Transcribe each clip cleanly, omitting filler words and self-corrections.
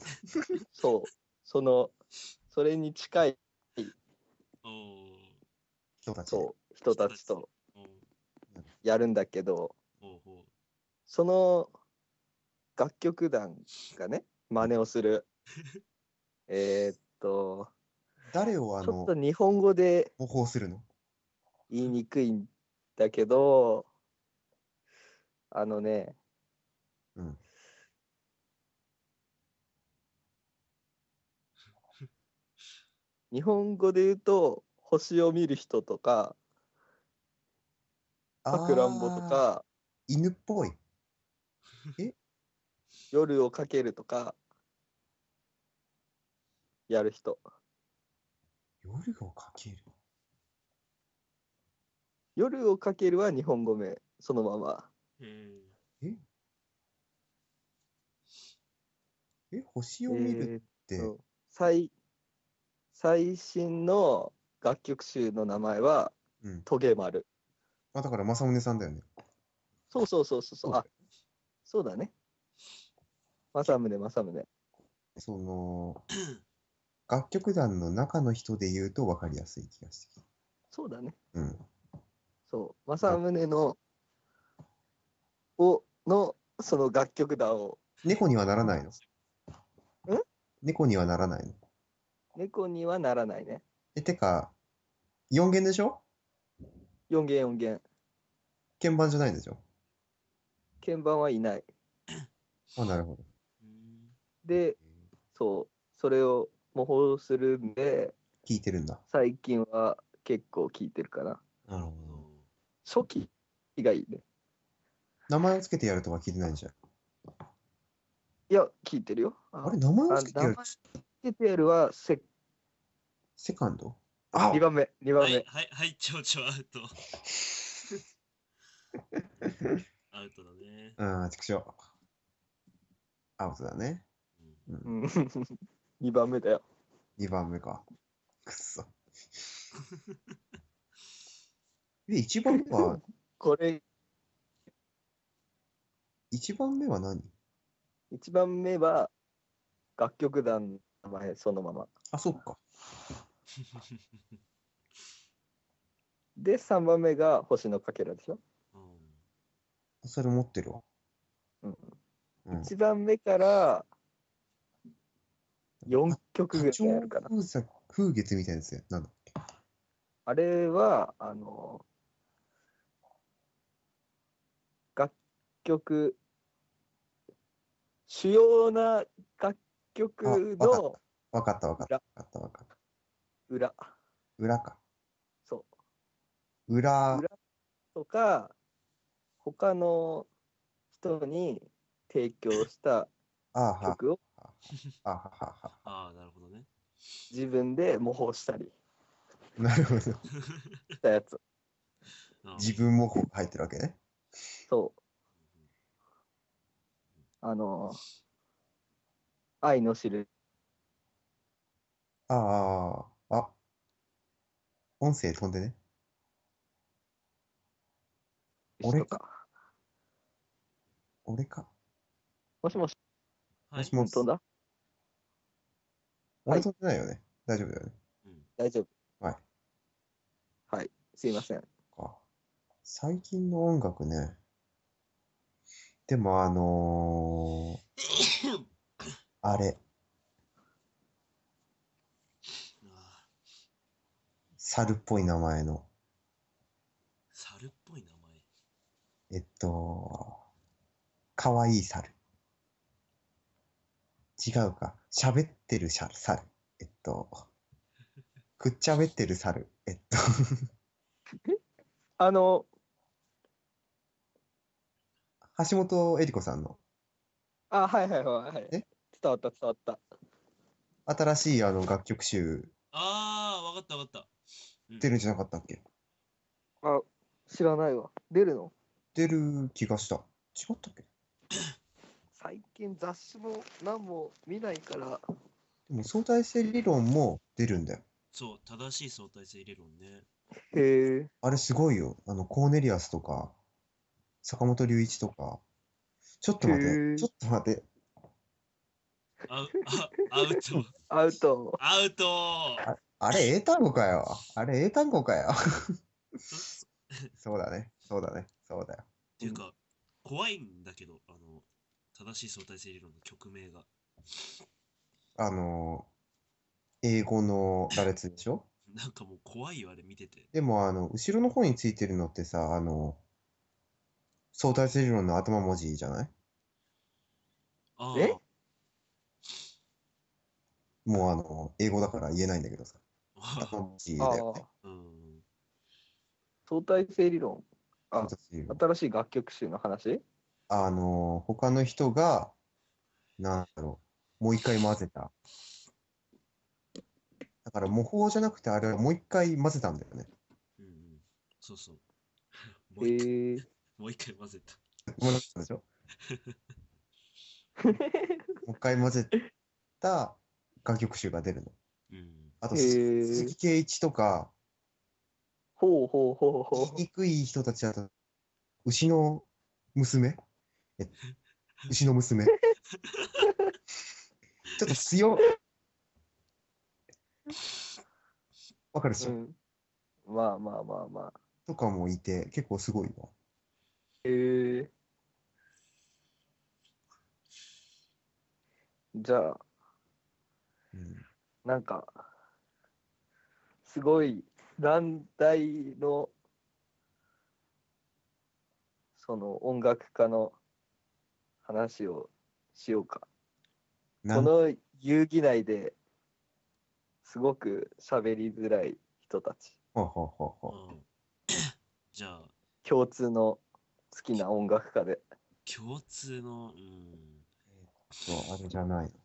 そう、それに近い、 人たちで。 そう、人たちとおうやるんだけど、 ほうほその楽曲団がね、真似をする。 誰をちょっと日本語で模倣するの？ 言いにくいんだけど、あのね、 うん。 日本語で言うと、星を見る人とか、さくらんぼとか、 犬っぽい。 夜をかけるとか、やる人。 夜をかける。 夜をかけるは日本語名、そのまま。 う。 星を見るって、 最新の楽曲集の名前は、トゲマル。 だから正宗さんだよね。 そう。あ、そうだね。正宗。 その、楽曲団の中の人で言うと分かりやすい気がしてきた。 そうだね。 うん。 そう。正宗のその楽曲団を。 猫にはならないの？ ん？ 猫にはならないの？ 猫にはならないね。 てか、4弦でしょ 4弦。 鍵盤じゃないでしょ？ 鍵盤はいない。 なるほど。 で、そう、それを模倣するんで、 聞いてるんだ。 最近は結構聞いてるかな。 なるほど。 初期がいいね。 名前をつけてやるとか聞いてないんじゃん。 いや、聞いてるよ。 あれ、名前をつけてやる？ 名前つけてやるはセカンド 2番目。 はい、ちょ、アウト。アウトだね。 畜生。アウトだね。 2番目だよ。 2番目か。くっそ。1番目はこれ、 1番目は何 ?1 番目は楽曲団の名前そのまま。 そっか。 で、3番目が星のかけらでしょ。 それ持ってるわ。 1番目から4曲ぐらいあるかな。 風月みたいなやつなんだっけ？ あれは、楽曲、主要な楽曲のわかった。 裏。 裏か。 そう。 裏とか、他の人に提供した曲をなるほどね。 自分で模倣したりなるほど。 したやつ。 自分も入ってるわけね。 そう。愛の知る。 音声飛んでね。俺か。 もしもし。 もしもし。 飛んだ？ 俺飛んでないよね。大丈夫だよね。 大丈夫。 はい。 すいません。 最近の音楽ね。でもあれ。猿っぽい名前の。 猿っぽい名前。 かわいい猿。違うか。喋ってる猿。くっちゃべってる猿。橋本恵里子さんの。 はい。伝わった。 新しい楽曲集。 わかった。 出るんじゃなかったっけ？ 知らないわ。出るの？ 出る気がした。違ったっけ？ 最近雑誌も何も見ないから。 でも相対性理論も出るんだよ。 そう、正しい相対性理論ね。 へえ。 あれすごいよ。コーネリアスとか、坂本龍一とか。ちょっと待て。 アウト。 アウト。 アウト。 あれ英単語かよ。あれ英単語かよ。 そそうだね。そうだね。そうだよ。 っていうか、怖いんだけど、正しい相対性理論の曲名が。 英語の羅列でしょ？ なんかもう怖いよ、あれ見てて。 でも、後ろの方についてるのってさ、相対性理論の頭文字じゃない？ えああ。 もう英語だから言えないんだけどさ。頭文字だよね。 うん。 相対性理論。 相対性理論。 新しい楽曲集の話？ 他の人が、なんだろう、もう一回混ぜた。だから模倣じゃなくて、あれはもう一回混ぜたんだよね。 うんうん。そうそう。 へえ。 もう一回混ぜた。 混ぜたでしょ？もう一回混ぜた楽曲集が出るの。 うん。 あと、 へー鈴木圭一とか、 ほうほうほうほ言いにくい人たちだと、牛の娘牛の娘。ちょっと強。わかるでしう。 ょ？ まあまあまあまあ。 とかもいて、結構すごいわ。 へえ。じゃあ、 うん。 なんか、すごい難題の、その音楽家の話をしようか。この遊戯内ですごく喋りづらい人たち。 ほうほうほうほう。 うんじゃあ、 共通の好きな音楽家で。 共通の、 あれじゃないの。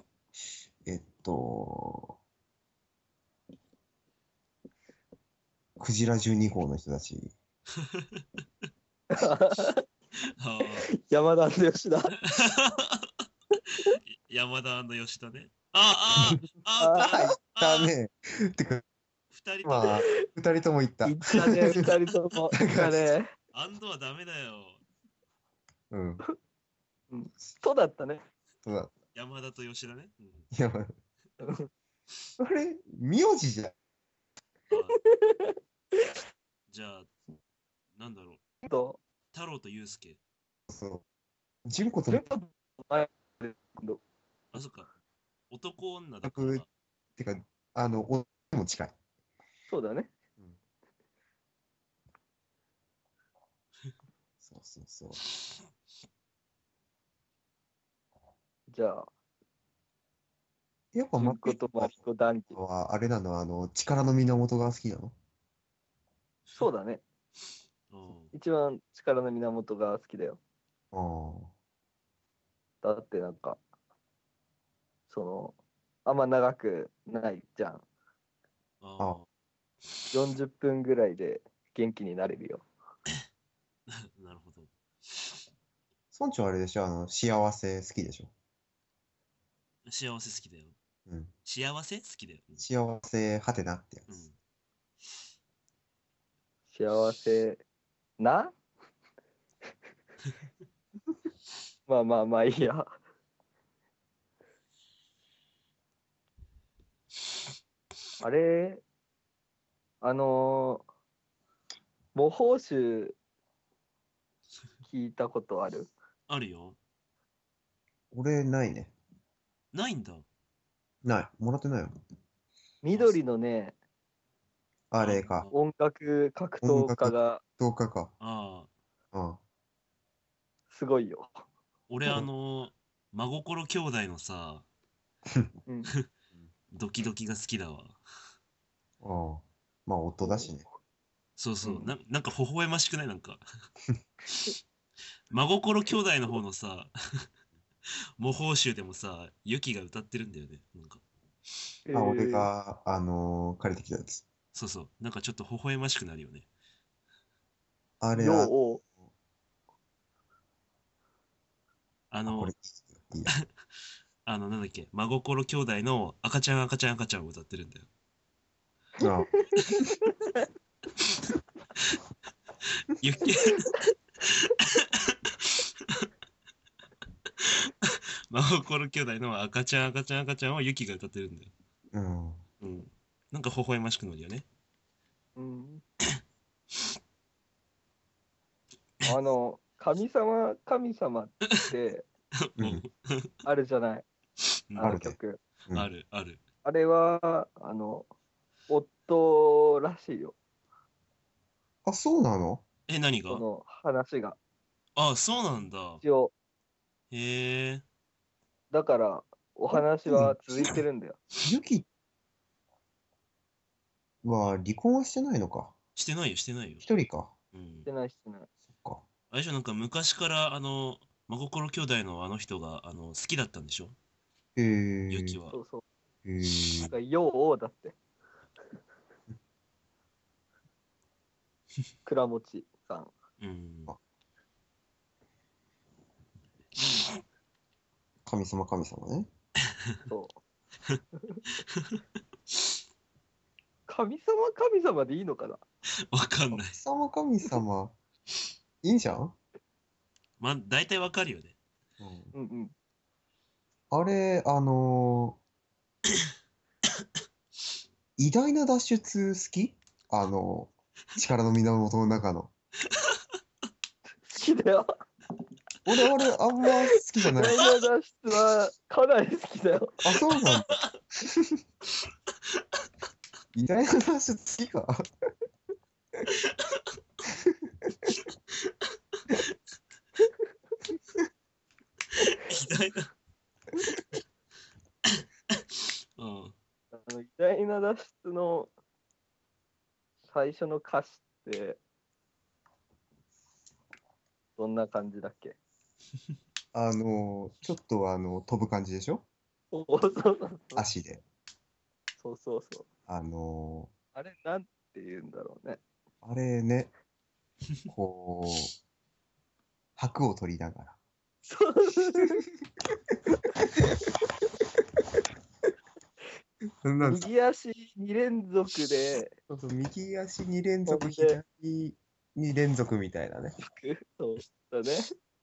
クジラ12号の人たち。 山田吉田。 山田吉田ね。 だね。てか、 二人とも。 まあ、二人とも言った。 言ったね、二人とも。言ったね。 アンドはダメだよ。 うん。 とだったね。 そうだ。 山田と吉田ね。 山田。あれ、名字じゃん。 じゃあ、なんだろう。 と太郎と祐介。 そう。純子とあ、 そっか。男女だから。 てか、おも近い。 そうだね。 そうそうそう。 じゃあ、 やっぱ純子とマリコ団地。 はあれなの、力の源が好きなの？ そうだね。一番力の源が好きだよ。だってなんか、あんま長くないじゃん。40分ぐらいで元気になれるよ。 なるほど。 村長あれでしょ？幸せ好きでしょ？ 幸せ好きだよ。 うん。 幸せ好きだよ。 幸せはてなってやつ。 幸せなまあまあまあいいや。あれ、模倣集聞いたことある？ あるよ。 俺、ないね。 ないんだ。 ない。もらってないよ。 緑のね、 あれか。 音楽格闘家が、 格闘家か。 すごいよ。 俺、真心兄弟のさ、ドキドキが好きだわ。 まあ、夫だしね。 そうそう。なんか微笑ましくない？なんか。真心兄弟の方のさ、模倣集でもさ、ユキが歌ってるんだよね。なんか。 俺が、借りてきたやつ。 そうそう。なんかちょっと微笑ましくなるよね。 あれは、 なんだっけ、真心兄弟の赤ちゃん赤ちゃん赤ちゃんを歌ってるんだよ。ゆき真心兄弟の赤ちゃん赤ちゃん赤ちゃんをユキが歌ってるんだよ。 うん。 なんか微笑ましくなるよね。 神様ってうんあるじゃない、 うんあの曲。 うんあるある。 あれは、夫らしいよ、 あ、そうなの？ 何が？ その話が。 あ、そうなんだ。 一応、 へえ。 だから、お話は続いてるんだよ。 ユキは離婚はしてないのか。 してないよ、してないよ。 一人か。 してないしてない。 そっか。 あれでしょ、なんか昔から真心兄弟のあの人が好きだったんでしょ、 へえ。 ユキは。 そうそう。 へえ。 なんか、ようだって。倉持さん。 うん。 神様神様ね。 そう。神様でいいのかな。 わかんない。 神様神様。いいじゃん。 まあ、大体わかるよね。 うん、 うんうん。 あれ、偉大な脱出好き？力の源の中の。 好きだよ。 俺、あれ、あんま好きじゃない。 ダイナ脱出はかなり好きだよ。 あ、そうなんだ。偉大な脱出好きか？ 偉大な。うん。 偉大な脱出の最初の歌詞ってどんな感じだっけ？ ちょっと飛ぶ感じでしょ？ そうそうそう足で。 そうそうそう。 あのあれなんて言うんだろうね。 あれね、こう、拍を取りながら。 そう右足2連続で、 そうそう、右足2連続、 飛んで左2連続みたいなね。 そうだね。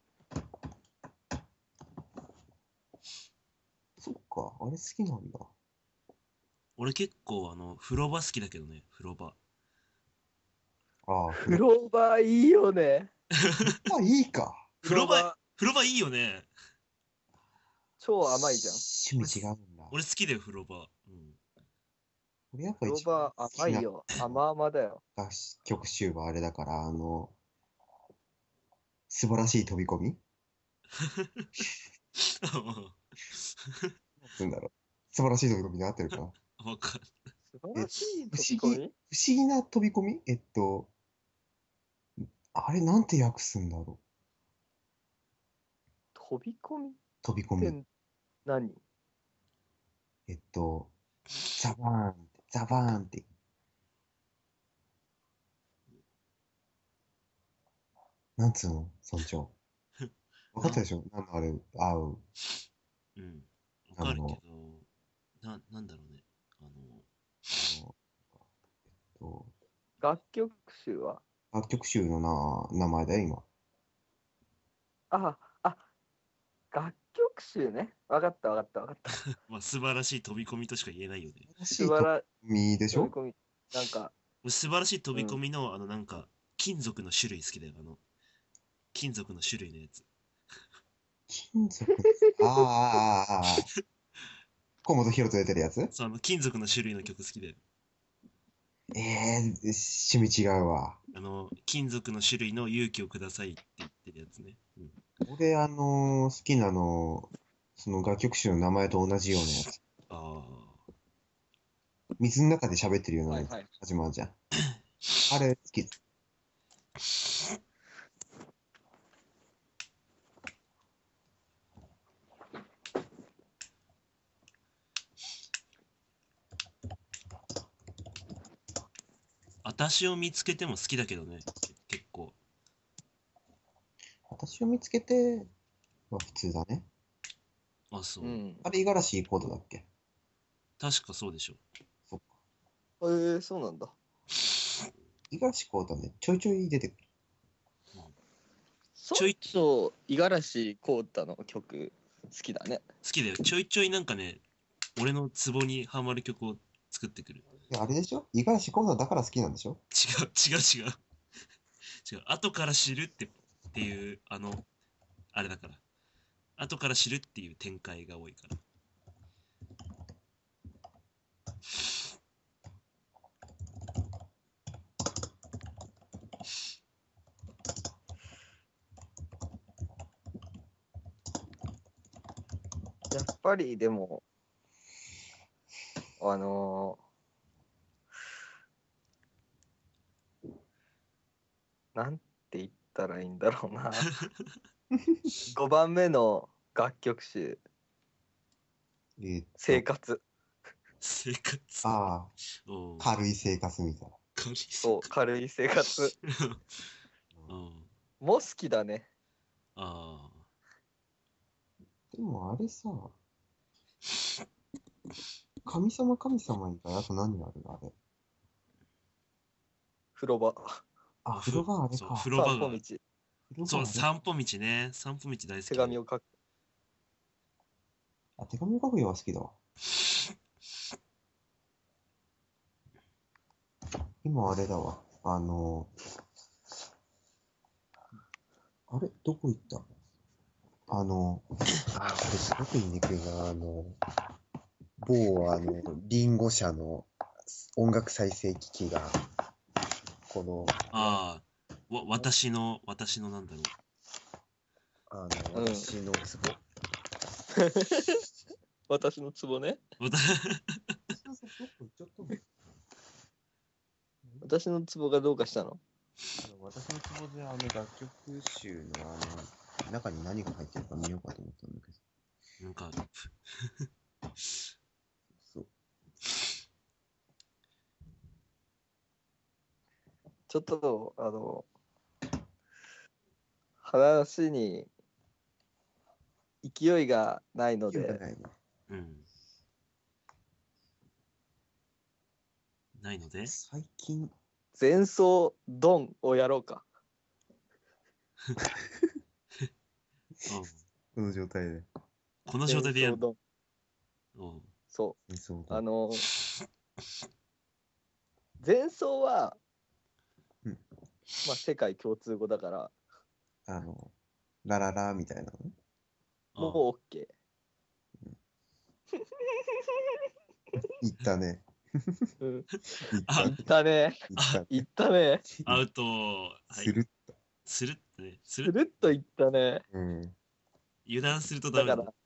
そっか、あれ好きなんだ。 俺結構風呂場好きだけどね、風呂場。 ああ、 風呂場いいよね。 まあいいか。 風呂場いいよね。 超甘いじゃん。 趣味違うんだ。 俺好きだよ、風呂場。うん。 俺やっぱ風呂一番場好きな甘いよ。甘々だよ。 楽曲集はあれだから、素晴らしい飛び込みなんだろう。素晴らしい飛び込みに合ってるかな。 わかる。 素晴らしい不飛び込み。 思議、不思議な飛び込みあれなんて訳すんだろう。 飛び込みっ飛び込み。 て何？ ザバーンって、ザバーンって。なんつうの村長。分かったでしょ？なんだあれ、合う。 うん。わかるけど、なんだろうね。 あの楽曲集は楽曲集の名前だよ、今。 あ、楽曲集ね。わかったわかったわかった。 まあ、素晴らしい飛び込みとしか言えないよね。 素晴らしい飛び込みでしょ？ 飛び込み。なんか、 俺素晴らしい飛び込みの、なんか、金属の種類好きだよ。金属の種類のやつ。 金属。ああ。河本大翔出てるやつ？ そう、金属の種類の曲好きだよ。 趣味違うわ。 金属の種類の勇気をくださいって言ってるやつね。うん、 俺、好きなその楽曲集の名前と同じようなやつ。 ああ。 水の中で喋ってるようなやつはいはい始まるじゃん。あれ好き。 私を見つけても好きだけどね。結構。 私を見つけては普通だね。 あ、そう。 あれ、五十嵐コードだっけ？ 確かそうでしょ。 そっか。 そうなんだ。 五十嵐コードね、ちょいちょい出てくる。 ちょいと五十嵐浩太の曲きだね。 好きだよ。ちょいちょいなんかね、俺のツボにハマる曲を作ってくる。 あれでしょ、五十嵐洸太だから好きなんでしょ。 違う、違う、違う。違う。後から知るっていう、あれだから。後から知るっていう展開が多いから。 やっぱりでも、あのなんて言ったらいいんだろうな。5番目の楽曲集、生活。 生活。 ああ、 おう軽い生活みたいな。 軽い生そう、 活。 軽い生活うんも好きだね。 あでもあれさ、神様神様以外あと何があるのあれ。 風呂場。 あ、 あ。 風呂場あれそう、 か。 風呂場が。 散歩道。 そう、 風呂場あれ。 散歩道ね。散歩道大好き。 手紙を書く。 あ、手紙を書くよは好きだわ。今あれだわ。あれどこ行ったあれすごく言いにくいな。リンゴ社の音楽再生機器が、 ああ、私のなんだろう。 私のツボ。 私のツボね。 わたどこ行っちゃったの私のツボがどうかしたの？ 私のツボで楽曲集の中に何が入ってるか見ようかと思ったんだけど。 なんか、 そう。 ちょっと、話に勢いがないので、 うん。ないので最近、 前奏ドンをやろうか。 うんこの状態で。 この状態でやる前奏ドン。 うんそそうう。前奏は、 うんまあ世界共通語だから、 ラララみたいなのね。 もう OK。 言ったね。 うん。 あ言ったね。言ったね。 アウト。はい。 するっと。 するってね。すする。 るっと言ったね。 うん。 油断するとダメだ。 だから、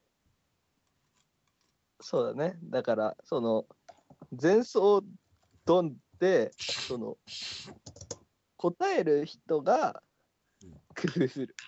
そうだね。だから、前奏ドンで、答える人が工夫する。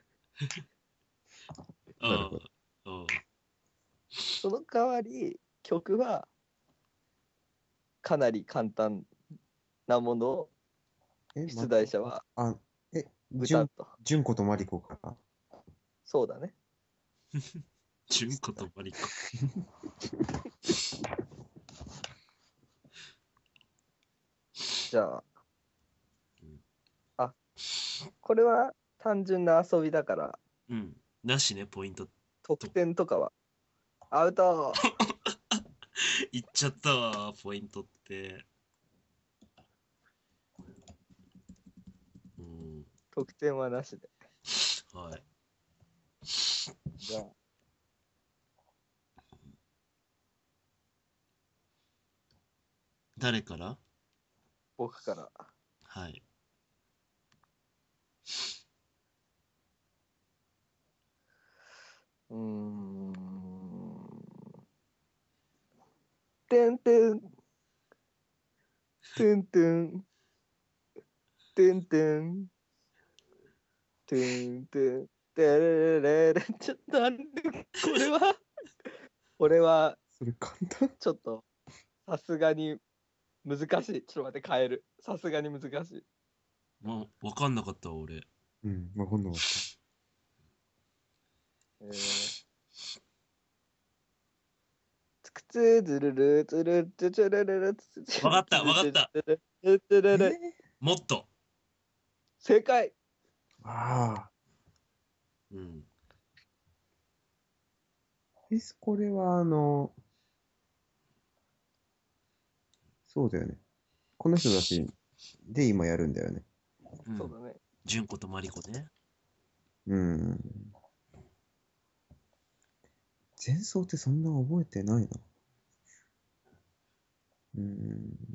なるほど。 うんその代わり、曲はかなり簡単なものを出題者は歌と。 純子とマリコから。 そうだね。 純子とマリコ。 じゃあ、これは単純な遊びだから、 うん。なしね、ポイント。 得点とかはアウト。 いっちゃったわ、ポイントって。うん。 得点はなしで。 はい。 じゃあ、 誰から僕から。 はい。 うーん。てんてん。てんてん。てんてん。てんてん。てれれれ。ちょっと待って、これは、 それ簡単ちょっと、さすがに難しい。ちょっと待って、変える。さすがに難しい。 わかんなかったわ、俺。 うん、わかんなかった。 つくつずるるつるつつるるるつつわかったわかったつるるもっと。 正解。 ああ、 うん。 ピスコレはそうだよね。この人たちで今やるんだよね。 うんそうだね。 純子とマリコね。 前奏ってそんな覚えてないな。